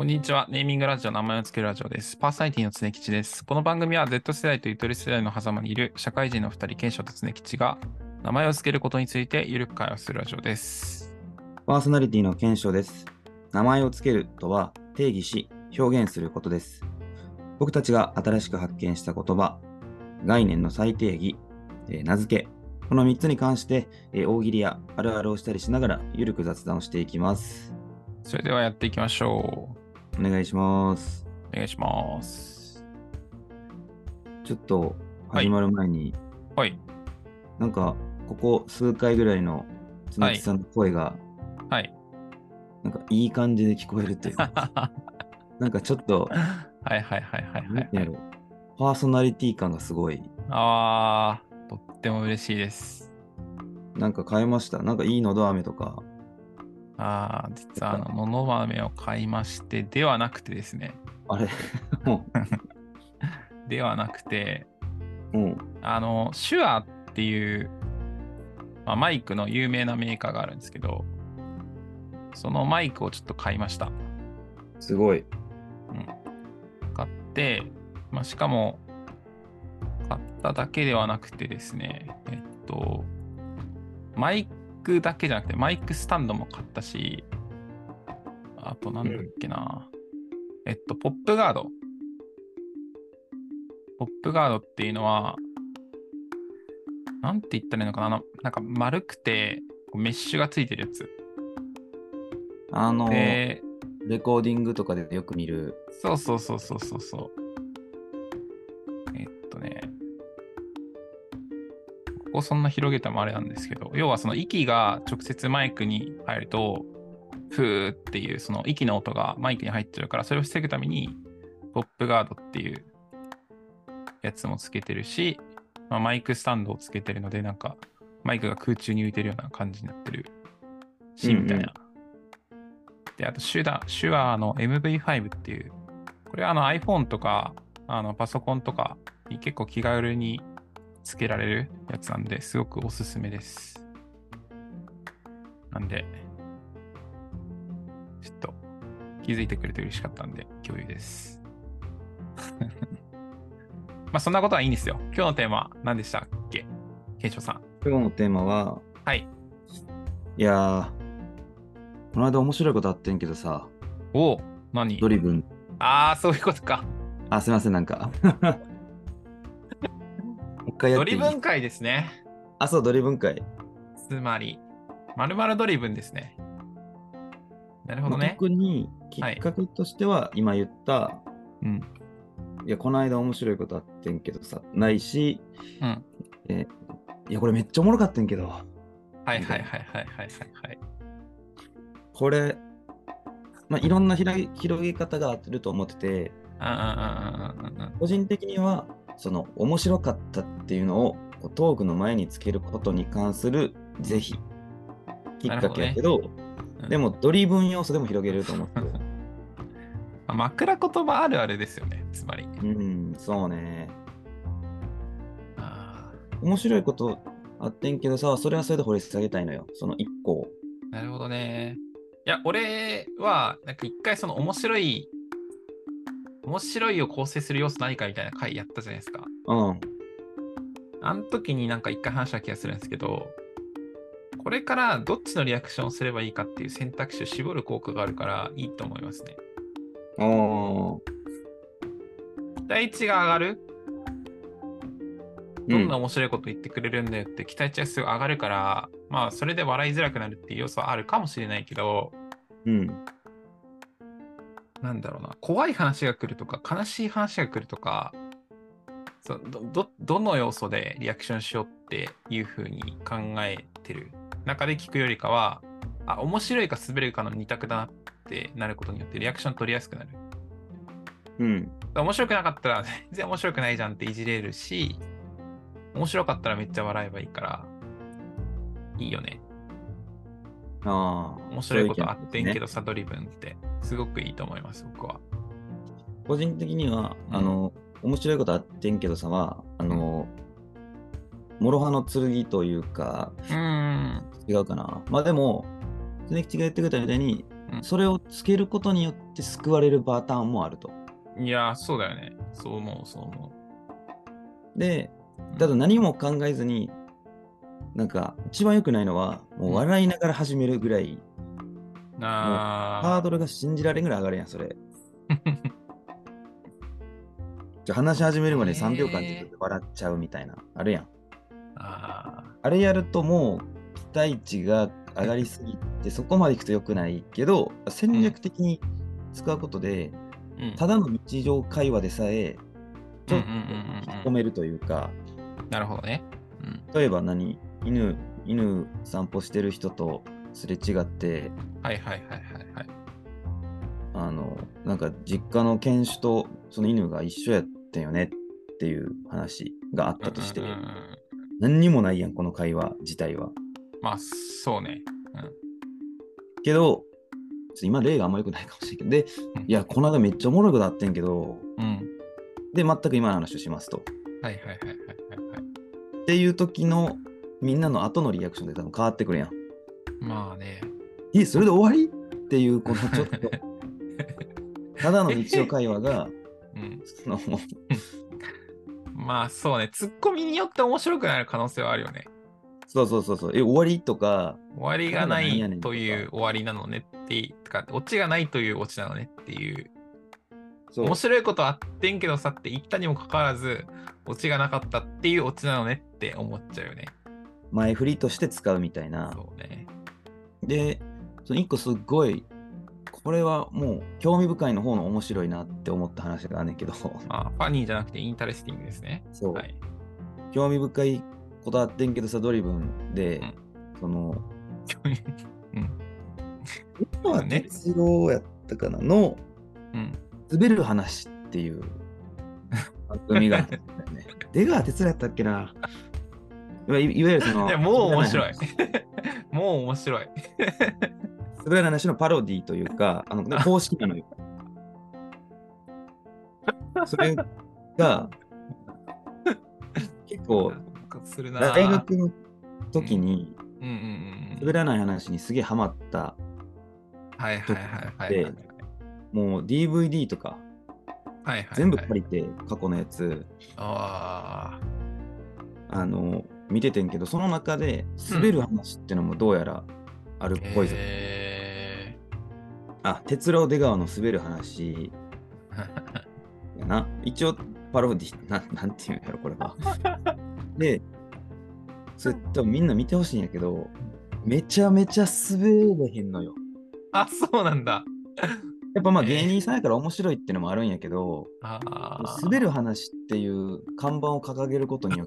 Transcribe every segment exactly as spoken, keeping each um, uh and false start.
こんにちは。ネーミングラジオ、名前をつけるラジオです。パーソナリティの常吉です。この番組は Z 世代とゆとり世代の狭間にいる社会人のふたり、賢章と常吉が名前をつけることについてゆるく会話するラジオです。 パーソナリティの賢章です。名前をつけるとは定義し表現することです。僕たちが新しく発見した言葉、概念の再定義、えー名付け、このみっつに関して、えー大喜利やあるあるをしたりしながらゆるく雑談をしていきます。 それではやっていきましょう。 お願いします。 お願いします。 ちょっとはい。 始まる前に、 はい。 なんかここ数回ぐらいの常はい。 木さんの声がはい。 なんかいい感じで聞こえるというか、なんかちょっと、 はいはいはいはいはいはい。 なんていうの、パーソナリティ感がすごい。 あー、とっても嬉しいです。 なんか変えました。なんかいいのど飴とか。 あー、実はあの、のの豆を買いまして、ではなくてですね。 あれもではなくて、 う、うん。 あの、手話っていう、まあ、マイクの有名なメーカーがあるんですけど、そのマイクをちょっと買いました。 すごい。 うん。買って、まあ、しかも、買っただけではなくてですね、えっと、マイクだけじゃなくて、マイクスタンドも買ったし、あとなんだっけな、えっと、ポップガード。ポップガードっていうのは、なんて言ったらいいのかな、あの、なんか丸くて、こうメッシュがついてるやつ。 あの、 で、 レコーディングとかでよく見る。 そうそうそうそうそうそう。えっとね、ここそんな広げてもあれなんですけど、要はその息が直接マイクに入ると、ふーっていうその息の音がマイクに入っちゃうから、それを防ぐために、ポップガードっていうやつもつけてるし、まあ、マイクスタンドをつけてるので、なんか、マイクが空中に浮いてるような感じになってるし、みたいな。で、あと、手話、手話の エムブイファイブ っていう、これはあの iPhone とか、あのパソコンとかに結構気軽につけられるやつなんで、すごくおすすめです。なんで、ちょっと気づいてくれて嬉しかったんで、共有です。まあそんなことはいいんですよ。今日のテーマ、何でしたっけ、ケイショウさん。 今日のテーマは、 はい。 いやー、この間面白いことあってんけどさ、 おお、何？ ドリブン。 ああー、そういうことか。 あ、すいません、なんかもう一回やドっていい？ リブン会ですね。 あ、そう、ドリブン会。 つまり、まるまるドリブンですね。なるほまあ、 どね。 特にきはい。 っかけとしては、今言った、 うん。 いや、この間面白いことあってんけどさ、ないし、 うん。 えーいや、これめっちゃおもろかったんけど、 はいはいみたいな。 はいはいはいはいはい。 これ、まあ、いろんな広げ広げ方があると思ってて、 うんうんうんうんうんうん。 個人的には、その面白かったっていうのをこうトークの前につけることに関する是非きっかなるほどね。 けやけど、 うん、 でもドリブン要素でも広げれると思って。 まあ枕言葉あるあるですよね、つまり。 うん、そうね。 あ面白いことあってんけどさ、それはそれで掘り下げたいのよ。その一個を。 あ、なるほどね。いや、俺は、なんか一回その面白い、面白いを構成する要素何かみたいな回やったじゃないですか。 うん。 あの時になんか一回話した気がするんですけど、これからどっちのリアクションをすればいいかっていう選択肢を絞る効果があるからいいと思いますね。 ああ。 期待値が上がる、 うん。 どんな面白いこと言ってくれるんだよって期待値がすごい上がるから、まあそれで笑いづらくなるっていう要素はあるかもしれないけど、 うん。 なんだろうな、怖い話が来るとか、悲しい話が来るとか、そうど、ど、どの要素でリアクションしようっていうふうに考えてる中で聞くよりかは、あ、面白いか滑るかの二択だなってなることによってリアクション取りやすくなる。 うん。 面白くなかったら全然面白くないじゃんっていじれるし、面白かったらめっちゃ笑えばいいから、いいよね。 ああ。 面白そういう意見いことあってですね。 んけどさ、ドリブンって。すごくいいと思います、僕は。 個人的には、 うん。 あの、面白いことあってんけどさは、あうん。 の、諸刃の剣というか、 うーん。 違うかな。まあでも、常吉が言ってくれたみたいに、 それをつけることによって救われるパターンもあると。 いやー、そうだよね。そう思う、そう思う。で、ただ何も考えずに、なんか一番良くないのは、もう笑いながら始めるぐらい、 うん、あもうハードルが信じられんぐらい上がるやん、それ。じゃ話し始めるまでさんびょうかん自分で笑っちゃうみたいな、あるやん。 ああれやるともう期待値が上がりすぎて、そこまでいくと良くないけど、戦略的に使うことで、 うん、 ただの日常会話でさえ、ちょっと引っ込めるというか、 なるほどね。うん、 例えば何犬、犬散歩してる人とすれ違って、 はいはいはいはいはい。 あの、なんか実家の犬種とその犬が一緒やったよねっていう話があったとして、 うんうんうんうん、 何にもないやん、この会話自体は。 まあ、そうね。うん、 けど、今例があんま良くないかもしれんけど、で、 うん、 いや、この間めっちゃおもろいことあってんけど、 うん、 で、全く今の話をしますと。 はいはいはいはいはいはい。 っていう時のみんなの後のリアクションで多分変わってくるやん。 まあね。 え、それで終わりっていう、このちょっと、ただの日常会話が、 うん、 そのもうまあそうね。ツッコミによって面白くなる可能性はあるよね。 そうそうそうそう、え、終わりとか、 終わりそれが何がないやねんとか、 という終わりなのねっていう、か、オチがないというオチなのねっていう。面そ白いことあってんけどさって言ったにもかかわらず、オチがなかったっていうオチなのねって思っちゃうよね。 う、前振りとして使うみたいな。 そうね。 で、その一個すっごい、これはもう興味深いの方の面白いなって思った話があんねんけど、 まあ、ファニーじゃなくてインタレスティングですね。 そう、 はい。 興味深いことあってんけどさ、ドリブンで、 うん、 その、 うん。 今はね。 哲郎やったかなの、 うん。 滑る話っていう番組があったんだよね。出川哲朗やったっけないわいわゆるその、 いや、もう面白い。もう面白い。 滑らない話のパロディというか、あの公式なのよ。それが結構、 するな大学の時に、 うんうんうんうん、 滑らない話にすげえハマったはいはいはいはいではい、 もう ディーブイディー とかはいはいはい、 全部借りて過去のやつああの見ててんけど、その中で滑る話ってのもどうやらあるっぽいぞ。 えー、あ、哲郎出川の滑る話やな。一応パロディな、なんていうんやろこれは。で、それ多分みんな見てほしいんやけど、めちゃめちゃ滑れへんのよ。 あ、そうなんだ。 やっぱまあえー芸人さんやから面白いってのもあるんやけど、 あ滑る話っていう看板を掲げることによって、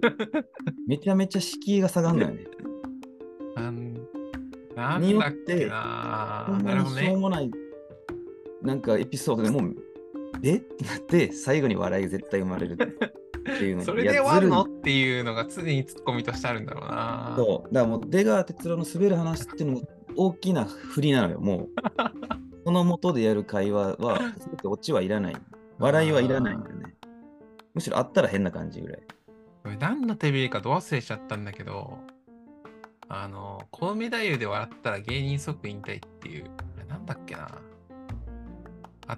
めちゃめちゃ敷居が下がるのよね。 なんなによっんだっけて、 なほんまにしょうなるほどね。 もないなんかエピソードでもう、えってなって、最後に笑いが絶対生まれるっていうのそに、いや、 れで終わんずるい。 のっていうのが常にツッコミとしてあるんだろうな。 そう。だからもう出川哲朗の滑る話っていうのも大きな振りなのよ。もう、その元でやる会話は、全てオチはいらない。笑いはいらないんだよね。むしろあったら変な感じぐらい。 これ何の手ビリかど忘れちゃったんだけど、あの、コウメ太夫で笑ったら芸人即引退っていう、あれなんだっけな。あって、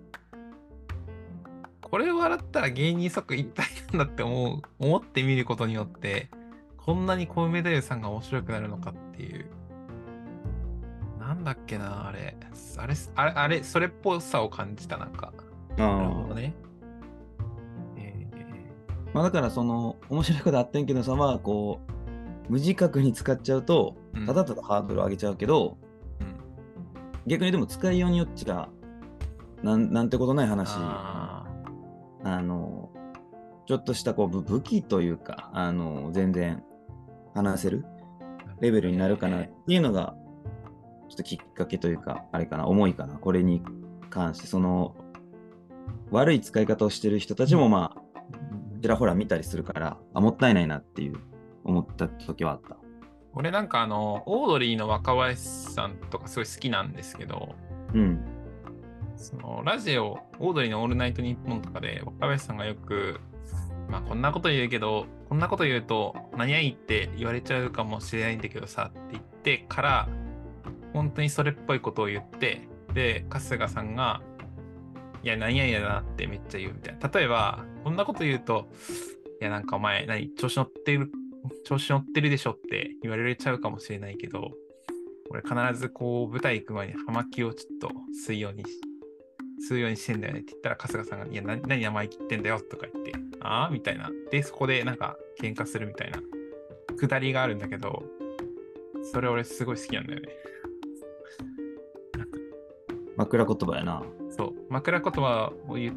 これ笑ったら芸人即引退なんだって思う、思ってみることによって、こんなにコウメ太夫さんが面白くなるのかっていう。なんだっけな、あれ。あれ、あれ、あれそれっぽさを感じた、なんか。なるほどね。えー、 まあだからその面白いことあってんけどさ、まあこう無自覚に使っちゃうとうんただただハードルを上げちゃうけど、 うん、 逆にでも使いようによっちゃなんなんてことない話、 ああのちょっとしたこう武武器というか、あの全然話せるレベルになるかなっていうのがちょっときっかけというか、あれかな、思いかな、これに関して。その悪い使い方をしてる人たちもまあちらほら見たりするから、あ、もったいないなっていう思った時はあった。 俺なんかあの、オードリーの若林さんとかすごい好きなんですけど、 うん。 そのラジオ、オードリーのオールナイトニッポンとかで若林さんがよく、まあこんなこと言うけど、こんなこと言うと何やいって言われちゃうかもしれないんだけどさって言ってから、 本当にそれっぽいことを言って、で、春日さんが、いや、何々だなってめっちゃ言うみたいな。例えば、こんなこと言うと、いや、なんかお前、何、調子乗ってる、調子乗ってるでしょって言われちゃうかもしれないけど、俺必ずこう、舞台行く前に葉巻をちょっと吸うように、吸うようにしてんだよねって言ったら、春日さんが、いや、何、何生意気ってんだよとか言って、ああみたいな。で、そこでなんか喧嘩するみたいな、くだりがあるんだけど、それ俺すごい好きなんだよね。 枕言葉やな。 そう、枕言葉を言って、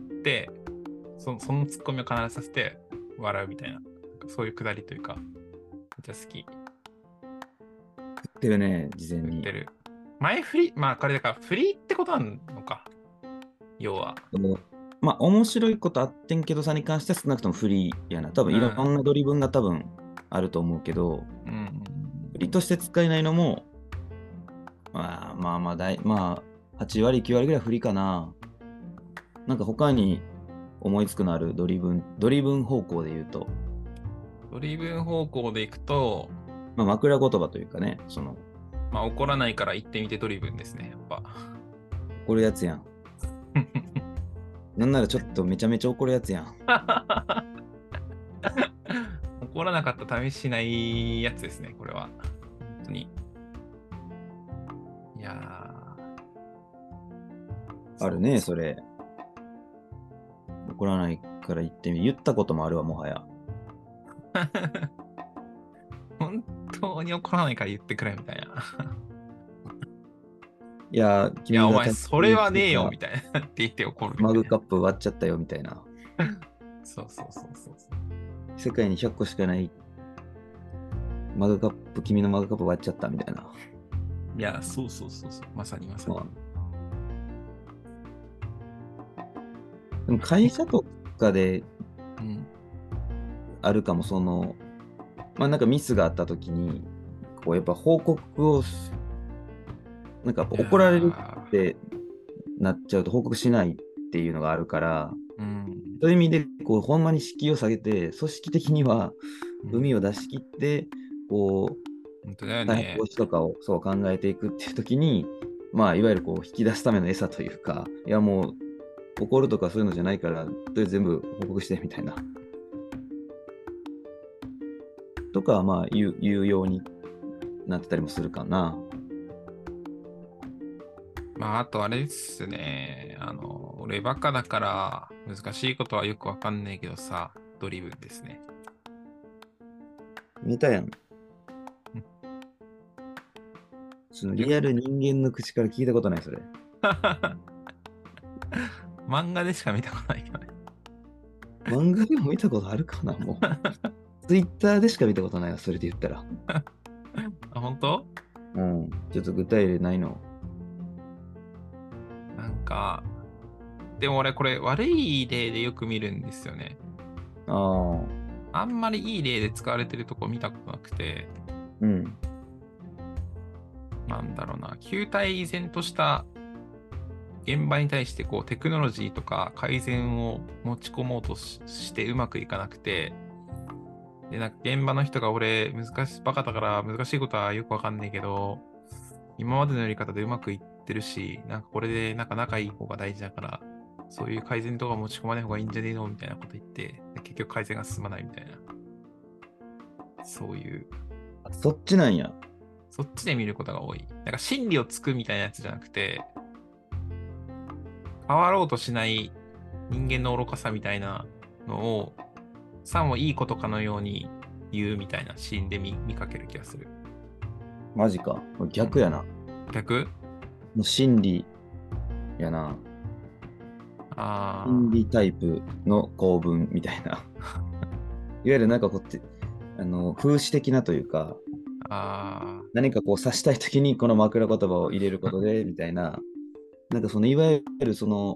そそのツッコミを必ずさせて笑うみたいな、なんかそういうくだりというか、めっちゃ好き。 言ってるね、事前に。 言ってる。前振り、まあこれだから振りってことなのか、要は。 まあ、面白いことあってんけどさに関しては少なくともフリーやな。多分いろんなドリブンが多分あると思うけど、 うん。 フリーとして使えないのも、まあまあまあ大、まあ、はち割、きゅう割ぐらいフリーかな。なんか他に思いつくのあるドリブン、ドリブン方向で言うと、 ドリブン方向でいくと、 まあ、枕言葉というかね、その、 まあ怒らないから言ってみてドリブンですね、やっぱ。 怒るやつやん。なんならちょっとめちゃめちゃ怒るやつやん。 怒らなかった試ししないやつですね、これは。本当に。いやあるね、それ。怒らないから言ってみ、言ったこともあるわ、もはや。 本当に怒らないから言ってくれみたいな。 いや、 いや、お前、 君が卓それはねえよ、 球みたいな。って言って怒るみたいな。 マグカップ割っちゃったよ、みたいな。 そうそうそうそう。 世界にひゃっこしかないマグカップ、君のマグカップ割っちゃった、みたいな。 いや、そうそうそうそう。まさにまさに。 まあ、でも会社とかでうん。 あるかも、その、まあなんかミスがあったときに、こうやっぱ報告をし、なんかやっぱ怒られるってなっちゃうと報告しないっていうのがあるから、 うん。 そういう意味で、こう、ほんまに敷居を下げて、組織的にはうん海を出し切って、こう、 本当だよね対抗。しとかをそう考えていくっていうときに、まあ、いわゆるこう、引き出すための餌というか、いやもう、怒るとかそういうのじゃないから、とりあえず全部報告してみたいな。とか、まあ言う、言うようになってたりもするかな。 まあ、あとあれですね。あの、俺バカだから難しいことはよくわかんないけどさ、ドリブンですね。 見たやん。そのリアル人間の口から聞いたことない、それ。 漫画でしか見たことないけどね。 漫画でも見たことあるかな、もう。ツイッターでしか見たことないわ、それで言ったら。 あ、本当？ うん。ちょっと具体例ないの。 なんか、でも俺これ悪い例でよく見るんですよね。 ああ。 あんまりいい例で使われてるとこ見たことなくて、 うん。 なんだろうな、球体依然とした現場に対してこうテクノロジーとか改善を持ち込もうと し, してうまくいかなくて、で、なんか現場の人が俺難しい、バカだから難しいことはよくわかんないけど、今までのやり方でうまくいってるし、なんかこれでなんか仲いい方が大事だから、そういう改善とか持ち込まない方がいいんじゃねえのみたいなこと言って、結局改善が進まないみたいな。そういう、 そっちなんや。 そっちで見ることが多い。なんか真理をつくみたいなやつじゃなくて、変わろうとしない人間の愚かさみたいなのを、さもいいことかのように言うみたいなシーンで 見, 見かける気がする。 マジか。逆やな。 逆？ もう心理やな。 あ心理タイプの構文みたいな。いわゆるなんかこうって、あの、風刺的なというか、 あ、あ何かこう指したいときにこの枕言葉を入れることで、みたいな、なんかそのいわゆるその、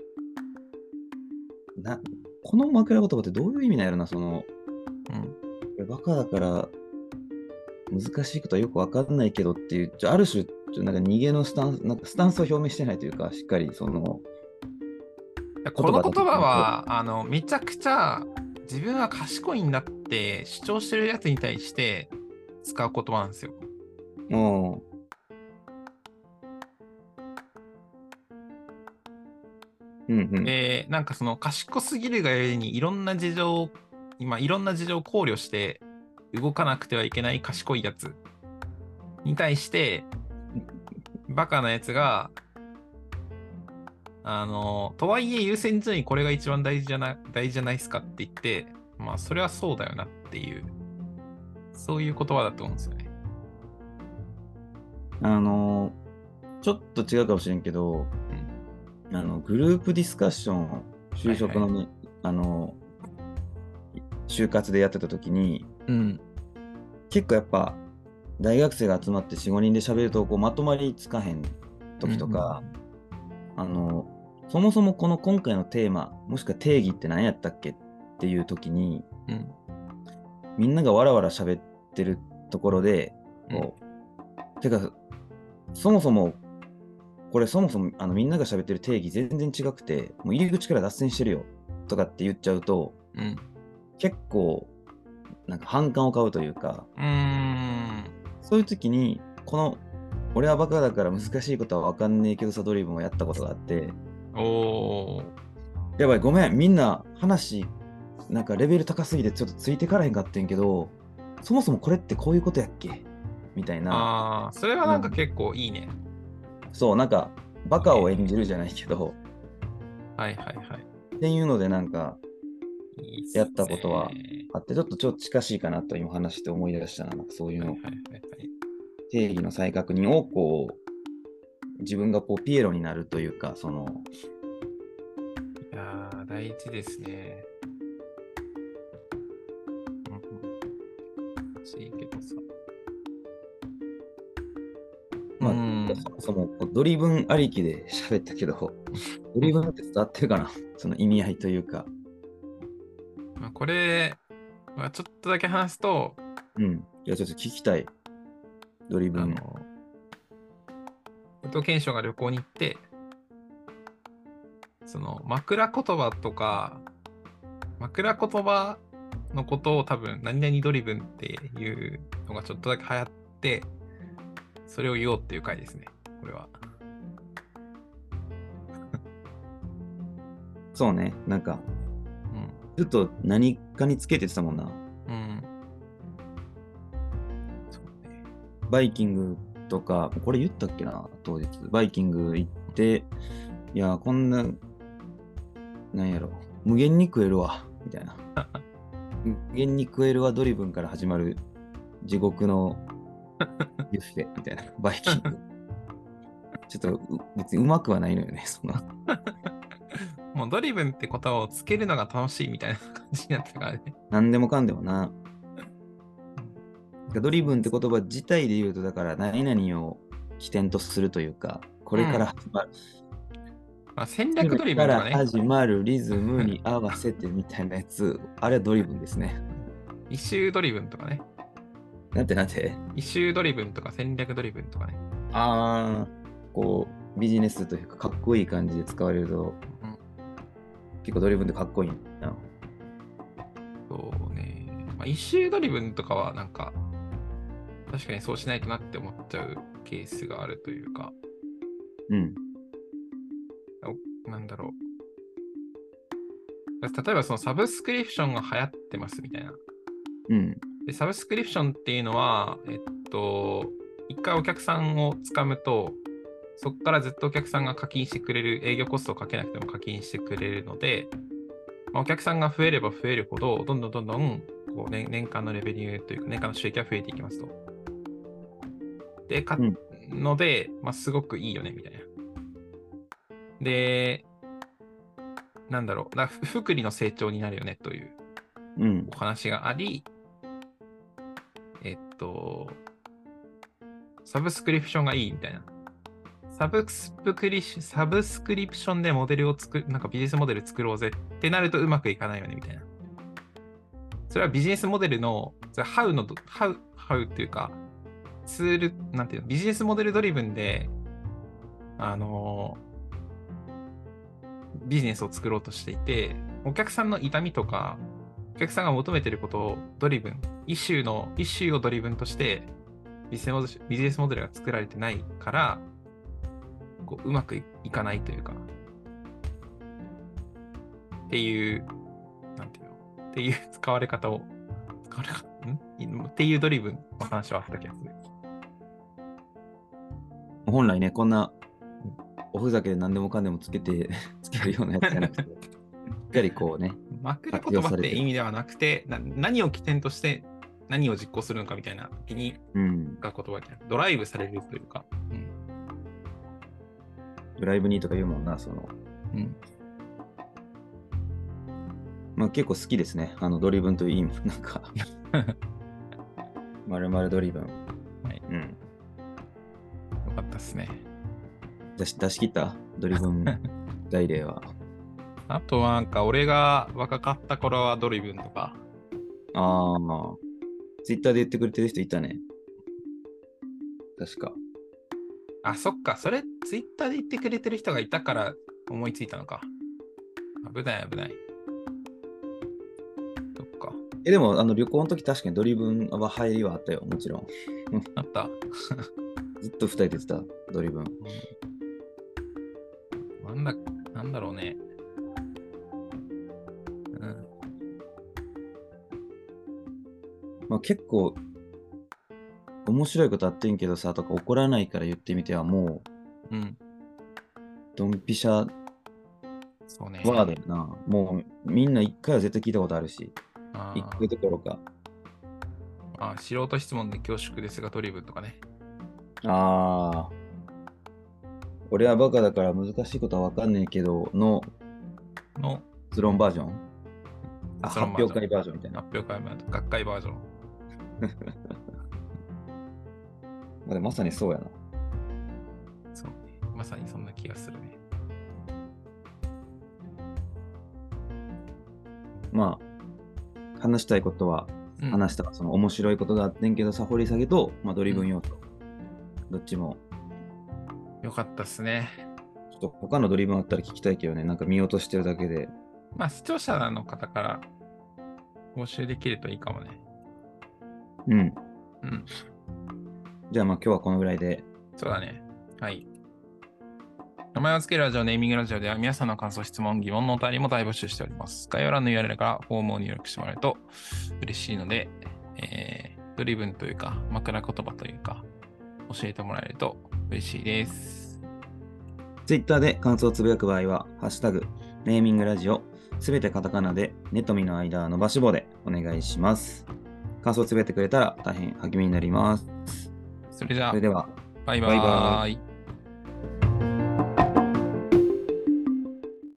な、この枕言葉ってどういう意味なんやろな、その、 うん、 バカだから難しいことはよくわかんないけどっていう、ある種、なんか逃げのスタンス、なんかスタンスを表明してないというか、しっかりその、 この言葉は、あの、めちゃくちゃ自分は賢いんだって主張してるやつに対して使う言葉なんですよ。 うん。 うんうん。 えー、なんかその賢すぎるがゆえにいろんな事情を、今いろんな事情を考慮して動かなくてはいけない賢いやつに対して、バカなやつが、あの、とはいえ優先順位これが一番大事じゃな、大事じゃないですかって言って、まあそれはそうだよなっていう、そういう言葉だと思うんですよね。 あのーちょっと違うかもしれんけど、 うん、 あの、グループディスカッション、就はいはい。 職のね、あの就活でやってた時に、 うん。 結構やっぱ、大学生が集まってよん、ごにんで喋ると、こう、まとまりつかへんうんう時とか、 んあの、そもそもこの今回のテーマ、もしくは定義って何やったっけっていう時に、 うん。 みんながわらわら喋ってるところで、 うん。 こう、てか、そもそも、これそもそもあのみんなが喋ってる定義全然違くて、もう入り口から脱線してるよとかって言っちゃうと、 うん。 結構、なんか反感を買うというか、 うーん。 そういう時に、この、俺はバカだから難しいことは分かんねえけどさ、ドリブンをやったことがあって、 おー。 やばい、ごめん、みんな話、なんかレベル高すぎてちょっとついてからへんかってんけど、そもそもこれってこういうことやっけみたいな、 ああ、それはなんかうん、 結構いいね。 そう、なんか、バカを演じるじゃないけど、 はいはいはい。 っていうので、なんか、 いいっすやったことはね。 あって、ちょっとちょっと近しいかなと今話して思い出したな、なんかそういうの、 はいはいはいはい。 定義の再確認を、こう、自分がこうピエロになるというか、その、 いやー、大事ですね。うんうん。欲しいけどさ。うまあ、 ん。 そもそもこうドリブンありきで喋ったけど、ドリブンって伝わってるかなその意味合いというか。 まあ、これ、まあ、ちょっとだけ話すと、 うん。いや、ちょっと聞きたい。ドリブン。 あの、武藤賢章が旅行に行って、その枕言葉とか、枕言葉のことを多分、何々ドリブンっていうのがちょっとだけ流行って、それを言おうっていう回ですね、これは。 そうね。なんか、 うん。 ずっと何かにつけてたもんな。 うん。そうね。 バイキングとか、これ言ったっけな、当日。バイキング行って、いや、こんな、なんやろ、無限に食えるわ、みたいな。無限に食えるわドリブンから始まる地獄のビュッフェみたいな。バイキング。ちょっとう別にうまくはないのよね、その。 もうドリブンって言葉をつけるのが楽しいみたいな感じになったからね。 何でもかんでもな。ドリブンって言葉自体で言うと、だから何々を起点とするというか、これからうん。 始まる。 まあ、戦略ドリブこれからンとかね。 始まるリズムに合わせてみたいなやつ、あれはドリブンですね。 一周ドリブンとかね。 なんてなんて一周ドリブンとか戦略ドリブンとかね。 あー、こう、ビジネスというか、かっこいい感じで使われると、 うん。 結構ドリブンってかっこいいな。 そうね。まあ、一周ドリブンとかはなんか、確かにそうしないとなって思っちゃうケースがあるというか、 うん。 おなんだろう。例えばそのサブスクリプションが流行ってますみたいな。 うん。 で、サブスクリプションっていうのは、えっと、一回お客さんをつかむと、そこからずっとお客さんが課金してくれる、営業コストをかけなくても課金してくれるので、まあ、お客さんが増えれば増えるほど、どんどんどんどんこう年年間のレベニューというか、年間の収益が増えていきますと。で、かうん。 ので、まあ、すごくいいよね、みたいな。で、なんだろう、だ福利の成長になるよねといううん。 お話があり、えっと、サブスクリプションがいいみたいな。サブスクリサブスクリプションでモデルを作る、なんかビジネスモデル作ろうぜってなるとうまくいかないよねみたいな。それはビジネスモデルの、ハウの、ハウ、ハウっていうか、ツール、なんていうの、ビジネスモデルドリブンで、あのビジネスを作ろうとしていて、お客さんの痛みとか、お客さんが求めていることをドリブン、イシューの、イシューをドリブンとしてビジネスモデルが作られてないから、こううまくいかないというか、 っていう、なんていうのっていう使われ方を、使われ方んっていうドリブンの話はあった気がする。 本来ね、こんなおふざけで何でもかんでもつけて、つけるようなやつじゃなくて、しっかりこうね、 枕言葉って意味ではなくて、な何を起点として何を実行するのかみたいな時に、 うん、 が言葉じゃドライブされるというか、うん、 ドライブにとか言うもんな、その。 うん、 まあ結構好きですね、あのドリブンという意味、なんか、まるまるドリブン。 はい。 うん。 よかったですね。 出し出し切ったドリブン大例は。 あとはなんか俺が若かった頃はドリブンとか。 ああ、ツイッターで言ってくれてる人いたね。確か。 あ、そっか。それツイッターで言ってくれてる人がいたから思いついたのか。危ない危ない。そっか。 え、でも、あの旅行の時確かにドリブンは入りはあったよ、もちろん。 あったずっと二人で言ってた、ドリブン。 うん、なんだ、なんだろうね。うん。 まあ結構、面白いことあってんけどさ、とか怒らないから言ってみては、もう、うん。 ドンピシャそうね。 ワードやな。もうみんな一回は絶対聞いたことあるし、 あ一回どころか。 あ、素人質問で恐縮ですが、ドリブンとかね。 ああ、俺はバカだから難しいことは分かんねえけど、のの結論バージョンあ、 結論発表会バージョンみたいな。 発表会バージョン、学会バージョン。 まあでもまさにそうやな。 そうね。まさにそんな気がするね。 まあ、話したいことはうん、 話した、その面白いことがあってんけどさ、掘り下げと、まあ、ドリブン用途、どっちも。 よかったっすね。 ちょっと他のドリブンあったら聞きたいけどね、なんか見落としてるだけで。 まあ、視聴者の方から募集できるといいかもね。 うん。 うん。 じゃあまあ今日はこのぐらいで。 そうだね。はい。名前を付けるラジオ、ネーミングラジオでは皆さんの感想、質問、疑問のお便りも大募集しております。概要欄の ユーアールエル からフォームを入力してもらえると嬉しいので、えー、ドリブンというか、枕言葉というか、教えてもらえると嬉しいです。 Twitter で感想をつぶやく場合は、ハッシュタグ、ネーミングラジオ、すべてカタカナで、ネとミの間伸ばし棒でお願いします。感想をつぶやいてくれたら大変励みになります。 それじゃあ、 それでは、 バイババイバーイ。 イ。